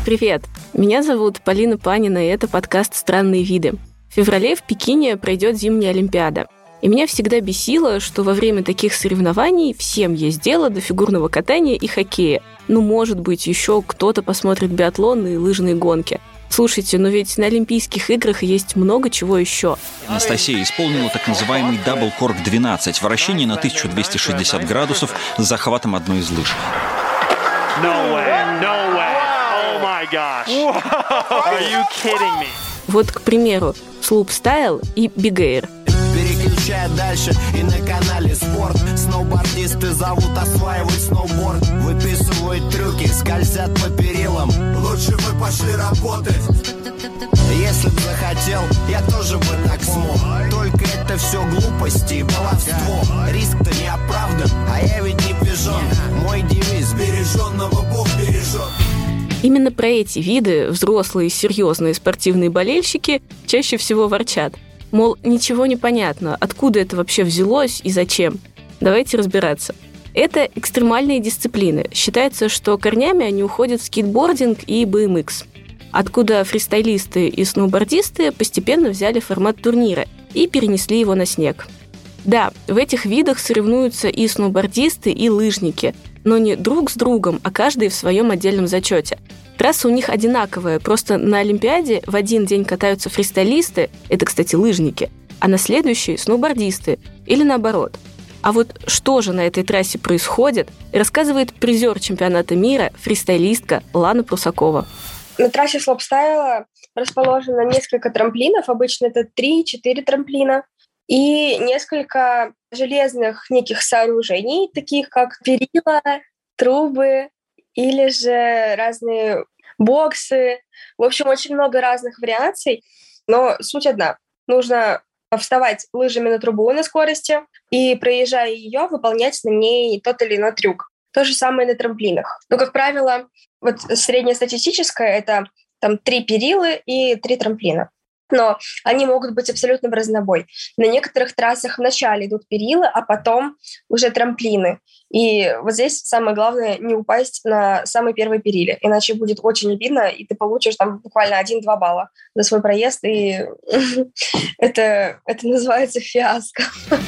Привет! Меня зовут Полина Панина, и это подкаст «Странные виды». В феврале в Пекине пройдет зимняя Олимпиада. И меня всегда бесило, что во время таких соревнований всем есть дело до фигурного катания и хоккея. Может быть, еще кто-то посмотрит биатлон и лыжные гонки. Слушайте, но ведь на Олимпийских играх есть много чего еще. Анастасия исполнила так называемый Double Cork 12, вращение на 1260 градусов с захватом одной из лыж. Вот, к примеру, слоупстайл и биг-эйр. Переключая дальше, и на канале спорт. Сноубордисты зовут осваивать сноуборд. Выписывают трюки, скользят по перилам. Лучше бы пошли работать. Если б захотел, я тоже бы так смог. Только это все глупости и баловство. Риск-то не оправдан, а я ведь не пижон. Мой девиз: береженного Бог бережет. Именно про эти виды взрослые серьезные спортивные болельщики чаще всего ворчат. Мол, ничего не понятно, откуда это вообще взялось и зачем. Давайте разбираться. Это экстремальные дисциплины. Считается, что корнями они уходят в скейтбординг и BMX. Откуда фристайлисты и сноубордисты постепенно взяли формат турнира и перенесли его на снег. Да, в этих видах соревнуются и сноубордисты, и лыжники, но не друг с другом, а каждый в своем отдельном зачете. Трасса у них одинаковая, просто на Олимпиаде в один день катаются фристайлисты, это, кстати, лыжники, а на следующий – сноубордисты, или наоборот. А вот что же на этой трассе происходит, рассказывает призер чемпионата мира, фристайлистка Лана Прусакова. На трассе слоупстайла расположено несколько трамплинов, обычно это 3-4 трамплина, и несколько железных неких сооружений, таких как перила, трубы или же разные боксы. В общем, очень много разных вариаций, но суть одна. Нужно вставать лыжами на трубу на скорости и, проезжая ее, выполнять на ней тот или иной трюк. То же самое на трамплинах. Но, как правило, вот среднестатистическое — это там 3 перилы и 3 трамплина. Но они могут быть абсолютно в разнобой. На некоторых трассах вначале идут перилы, а потом уже трамплины. И вот здесь самое главное — не упасть на самой первой периле, иначе будет очень обидно, и ты получишь там буквально 1-2 балла за свой проезд, и это называется фиаско.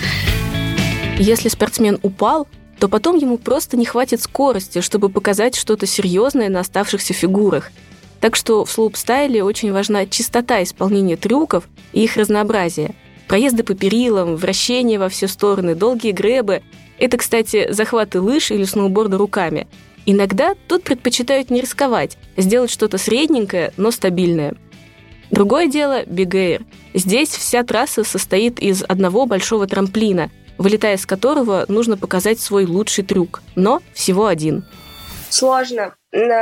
Если спортсмен упал, то потом ему просто не хватит скорости, чтобы показать что-то серьезное на оставшихся фигурах. Так что в слоупстайле очень важна чистота исполнения трюков и их разнообразие. Проезды по перилам, вращения во все стороны, долгие грэбы – это, кстати, захваты лыж или сноуборда руками. Иногда тут предпочитают не рисковать, сделать что-то средненькое, но стабильное. Другое дело – биг-эйр. Здесь вся трасса состоит из одного большого трамплина, вылетая с которого нужно показать свой лучший трюк, но всего один. Сложно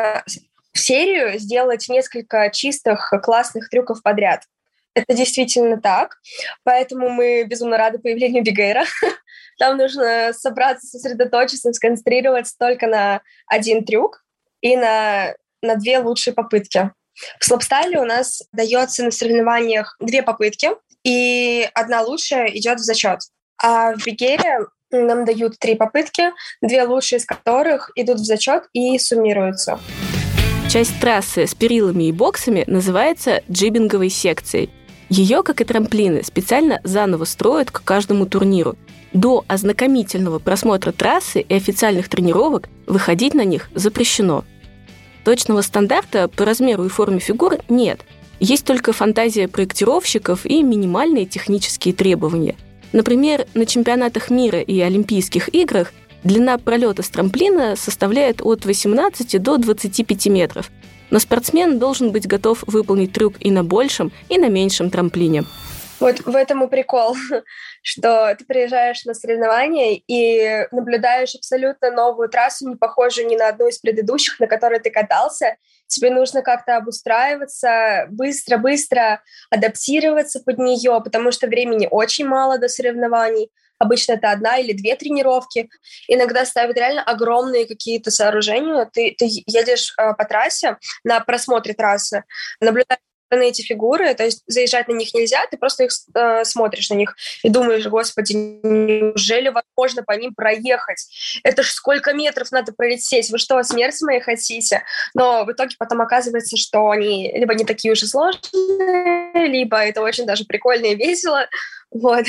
в серию сделать несколько чистых, классных трюков подряд. Это действительно так, поэтому мы безумно рады появлению биг-эйра. Там нужно собраться, сосредоточиться, сконцентрироваться только на один трюк и на 2 лучшие попытки. В слоупстайле у нас дается на соревнованиях 2 попытки, и 1 лучшая идет в зачет. А в биг-эйре нам дают 3 попытки, 2 лучшие из которых идут в зачет и суммируются. Часть трассы с перилами и боксами называется джибинговой секцией. Ее, как и трамплины, специально заново строят к каждому турниру. До ознакомительного просмотра трассы и официальных тренировок выходить на них запрещено. Точного стандарта по размеру и форме фигур нет. Есть только фантазия проектировщиков и минимальные технические требования. Например, на чемпионатах мира и Олимпийских играх длина пролета с трамплина составляет от 18 до 25 метров. Но спортсмен должен быть готов выполнить трюк и на большем, и на меньшем трамплине. Вот в этом и прикол, что ты приезжаешь на соревнования и наблюдаешь абсолютно новую трассу, не похожую ни на одну из предыдущих, на которой ты катался. Тебе нужно как-то обустраиваться, быстро-быстро адаптироваться под нее, потому что времени очень мало до соревнований. Обычно это 1 или 2 тренировки. Иногда ставят реально огромные какие-то сооружения. Ты едешь по трассе, на просмотре трассы, наблюдаешь эти фигуры, то есть заезжать на них нельзя, ты просто их смотришь на них и думаешь, господи, неужели возможно по ним проехать? Это ж сколько метров надо пролететь? Вы что, смерть моей хотите? Но в итоге потом оказывается, что они либо не такие уж и сложные, либо это очень даже прикольно и весело. Вот.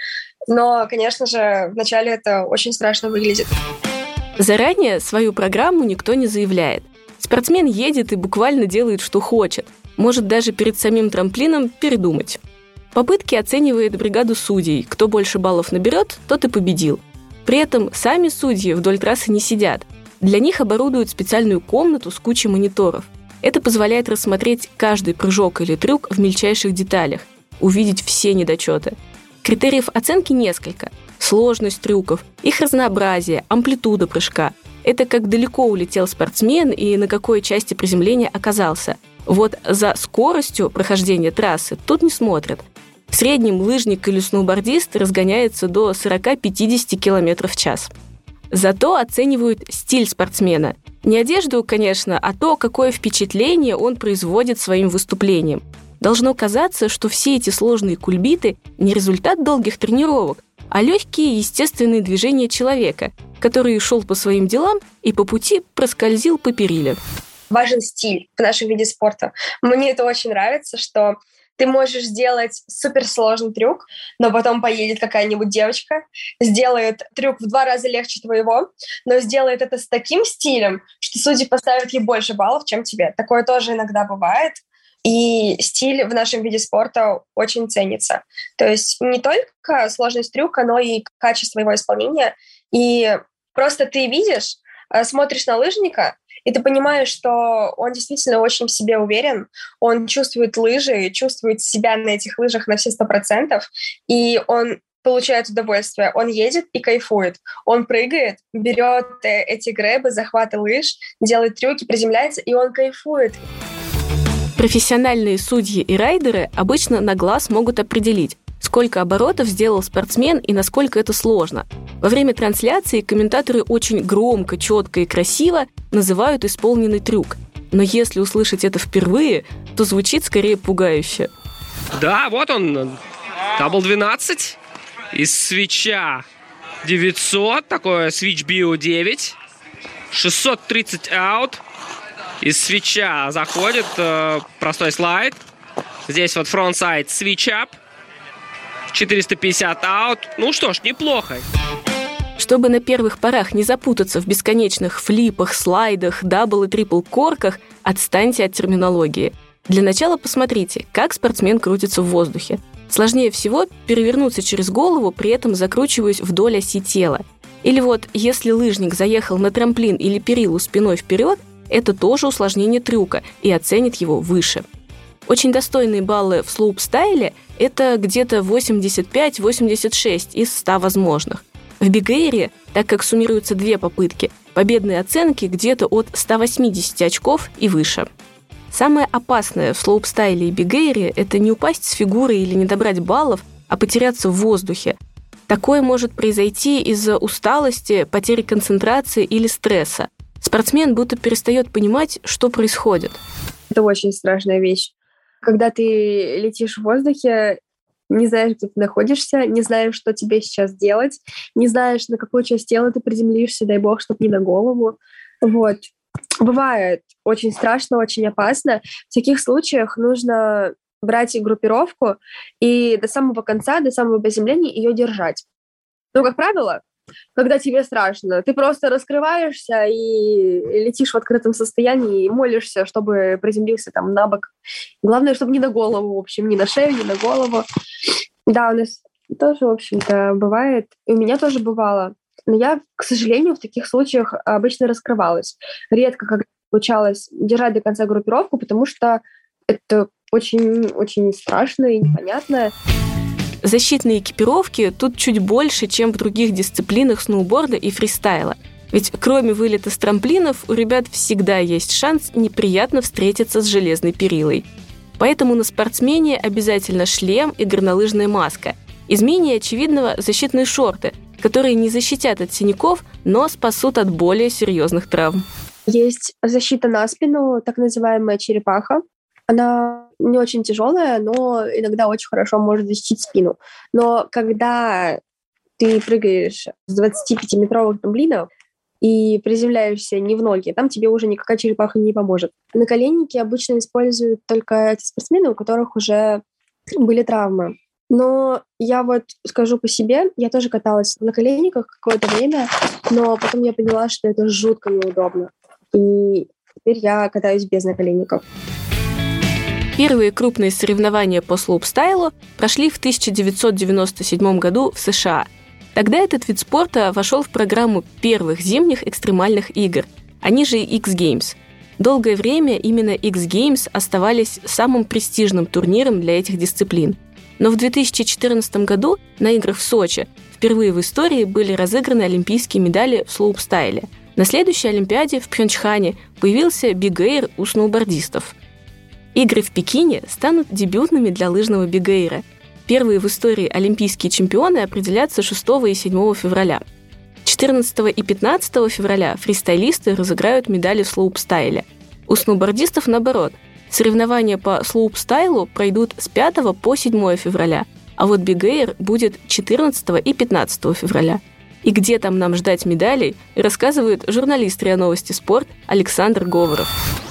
Но, конечно же, вначале это очень страшно выглядит. Заранее свою программу никто не заявляет. Спортсмен едет и буквально делает, что хочет. Может даже перед самим трамплином передумать. Попытки оценивает бригаду судей. Кто больше баллов наберет, тот и победил. При этом сами судьи вдоль трассы не сидят. Для них оборудуют специальную комнату с кучей мониторов. Это позволяет рассмотреть каждый прыжок или трюк в мельчайших деталях, увидеть все недочеты. Критериев оценки несколько. Сложность трюков, их разнообразие, амплитуда прыжка. Это как далеко улетел спортсмен и на какой части приземления оказался. Вот за скоростью прохождения трассы тут не смотрят. В среднем лыжник или сноубордист разгоняется до 40-50 км в час. Зато оценивают стиль спортсмена. Не одежду, конечно, а то, какое впечатление он производит своим выступлением. Должно казаться, что все эти сложные кульбиты не результат долгих тренировок, а легкие естественные движения человека, который шел по своим делам и по пути проскользил по периле. Важен стиль в нашем виде спорта. Мне это очень нравится, что ты можешь сделать суперсложный трюк, но потом поедет какая-нибудь девочка, сделает трюк в 2 раза легче твоего, но сделает это с таким стилем, что судьи поставят ей больше баллов, чем тебе. Такое тоже иногда бывает. И стиль в нашем виде спорта очень ценится. То есть не только сложность трюка, но и качество его исполнения. И просто ты видишь, смотришь на лыжника, и ты понимаешь, что он действительно очень в себе уверен, он чувствует лыжи, чувствует себя на этих лыжах на все 100%, и он получает удовольствие. Он едет и кайфует. Он прыгает, берет эти грэбы, захваты лыж, делает трюки, приземляется, и он кайфует. Профессиональные судьи и райдеры обычно на глаз могут определить, сколько оборотов сделал спортсмен и насколько это сложно. Во время трансляции комментаторы очень громко, четко и красиво называют исполненный трюк. Но если услышать это впервые, то звучит скорее пугающе. Да, вот он, дабл 12 из свитча 900, такое свитч Bio 9, 630 аут. Из свитча заходит простой слайд. Здесь вот фронт-сайд switch up. 450 аут. Ну что ж, неплохо. Чтобы на первых порах не запутаться в бесконечных флипах, слайдах, дабл и трипл корках, отстаньте от терминологии. Для начала посмотрите, как спортсмен крутится в воздухе. Сложнее всего перевернуться через голову, при этом закручиваясь вдоль оси тела. Или вот, если лыжник заехал на трамплин или перилу спиной вперед, это тоже усложнение трюка и оценит его выше. Очень достойные баллы в слоуп-стайле – это где-то 85-86 из 100 возможных. В биг-эйре, так как суммируются 2 попытки, победные оценки где-то от 180 очков и выше. Самое опасное в слоуп-стайле и биг-эйре – это не упасть с фигуры или не добрать баллов, а потеряться в воздухе. Такое может произойти из-за усталости, потери концентрации или стресса. Спортсмен будто перестает понимать, что происходит. Это очень страшная вещь. Когда ты летишь в воздухе, не знаешь, где ты находишься, не знаешь, что тебе сейчас делать, не знаешь, на какую часть тела ты приземлишься, дай бог, чтобы не на голову. Вот. Бывает очень страшно, очень опасно. В таких случаях нужно брать группировку и до самого конца, до самого приземления ее держать. Но, как правило, когда тебе страшно, ты просто раскрываешься и летишь в открытом состоянии и молишься, чтобы приземлился там на бок. Главное, чтобы не на голову, в общем, ни на шею, ни на голову. Да, у нас тоже, в общем-то, бывает. И у меня тоже бывало. Но я, к сожалению, в таких случаях обычно раскрывалась. Редко, когда получалось держать до конца группировку, потому что это очень-очень страшно и непонятно. Защитной экипировки тут чуть больше, чем в других дисциплинах сноуборда и фристайла. Ведь кроме вылета с трамплинов, у ребят всегда есть шанс неприятно встретиться с железной перилой. Поэтому на спортсмене обязательно шлем и горнолыжная маска. Из менее очевидного защитные шорты, которые не защитят от синяков, но спасут от более серьезных травм. Есть защита на спину, так называемая черепаха. Она не очень тяжелая, но иногда очень хорошо может защитить спину. Но когда ты прыгаешь с 25-метровых трамплинов и приземляешься не в ноги, там тебе уже никакая черепаха не поможет. Наколенники обычно используют только те спортсмены, у которых уже были травмы. Но я вот скажу по себе, я тоже каталась на наколенниках какое-то время, но потом я поняла, что это жутко неудобно. И теперь я катаюсь без наколенников. Первые крупные соревнования по слоупстайлу прошли в 1997 году в США. Тогда этот вид спорта вошел в программу первых зимних экстремальных игр, они же X-Games. Долгое время именно X-Games оставались самым престижным турниром для этих дисциплин. Но в 2014 году на играх в Сочи впервые в истории были разыграны олимпийские медали в слоупстайле. На следующей Олимпиаде в Пхёнчхане появился биг-эйр у сноубордистов. Игры в Пекине станут дебютными для лыжного биг-эйра. Первые в истории олимпийские чемпионы определятся 6 и 7 февраля. 14 и 15 февраля фристайлисты разыграют медали в слоупстайле. У сноубордистов наоборот. Соревнования по слоупстайлу пройдут с 5 по 7 февраля, а вот биг-эйр будет 14 и 15 февраля. И где там нам ждать медалей, рассказывает журналист РИА Новости Спорт Александр Говоров.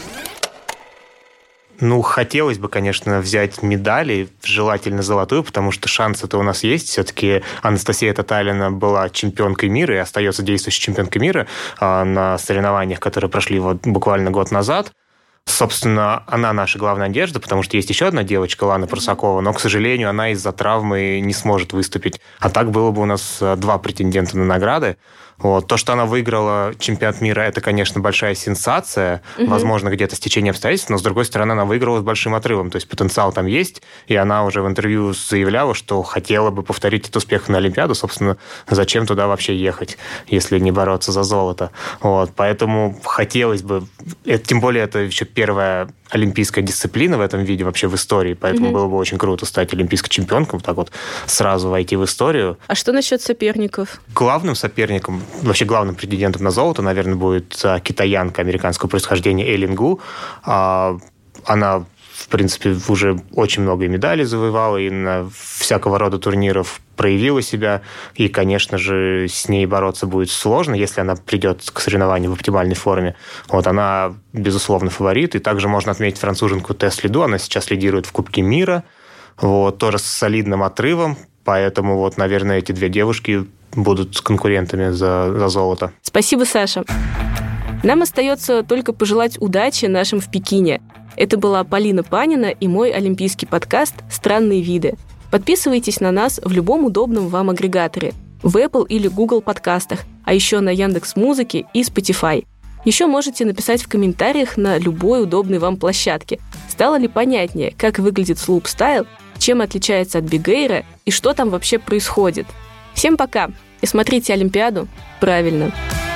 Хотелось бы, конечно, взять медали, желательно золотую, потому что шансы-то у нас есть. Все-таки Анастасия Таталина была чемпионкой мира и остается действующей чемпионкой мира на соревнованиях, которые прошли буквально год назад. Собственно, она наша главная надежда, потому что есть еще одна девочка, Лана Прусакова, но, к сожалению, она из-за травмы не сможет выступить. А так было бы у нас 2 претендента на награды. То, что она выиграла чемпионат мира, это, конечно, большая сенсация, возможно, где-то стечение обстоятельств, но, с другой стороны, она выиграла с большим отрывом, то есть потенциал там есть, и она уже в интервью заявляла, что хотела бы повторить этот успех на Олимпиаду, собственно, зачем туда вообще ехать, если не бороться за золото. Поэтому хотелось бы, тем более это еще первая олимпийская дисциплина в этом виде вообще в истории, поэтому было бы очень круто стать олимпийской чемпионкой, сразу войти в историю. А что насчет соперников? Главным соперником, вообще главным претендентом на золото, наверное, будет китаянка американского происхождения Эйлин Гу. Она, в принципе, уже очень много медалей завоевала и на всякого рода турниров проявила себя. И, конечно же, с ней бороться будет сложно, если она придет к соревнованию в оптимальной форме. Она, безусловно, фаворит. И также можно отметить француженку Тесс Лиду. Она сейчас лидирует в Кубке мира. Тоже с солидным отрывом. Поэтому, наверное, эти 2 девушки будут конкурентами за золото. Спасибо, Саша. Нам остается только пожелать удачи нашим в Пекине. Это была Полина Панина и мой олимпийский подкаст «Странные виды». Подписывайтесь на нас в любом удобном вам агрегаторе, в Apple или Google подкастах, а еще на Яндекс.Музыке и Spotify. Еще можете написать в комментариях на любой удобной вам площадке, стало ли понятнее, как выглядит слоупстайл, чем отличается от биг-эйра и что там вообще происходит. Всем пока и смотрите Олимпиаду правильно.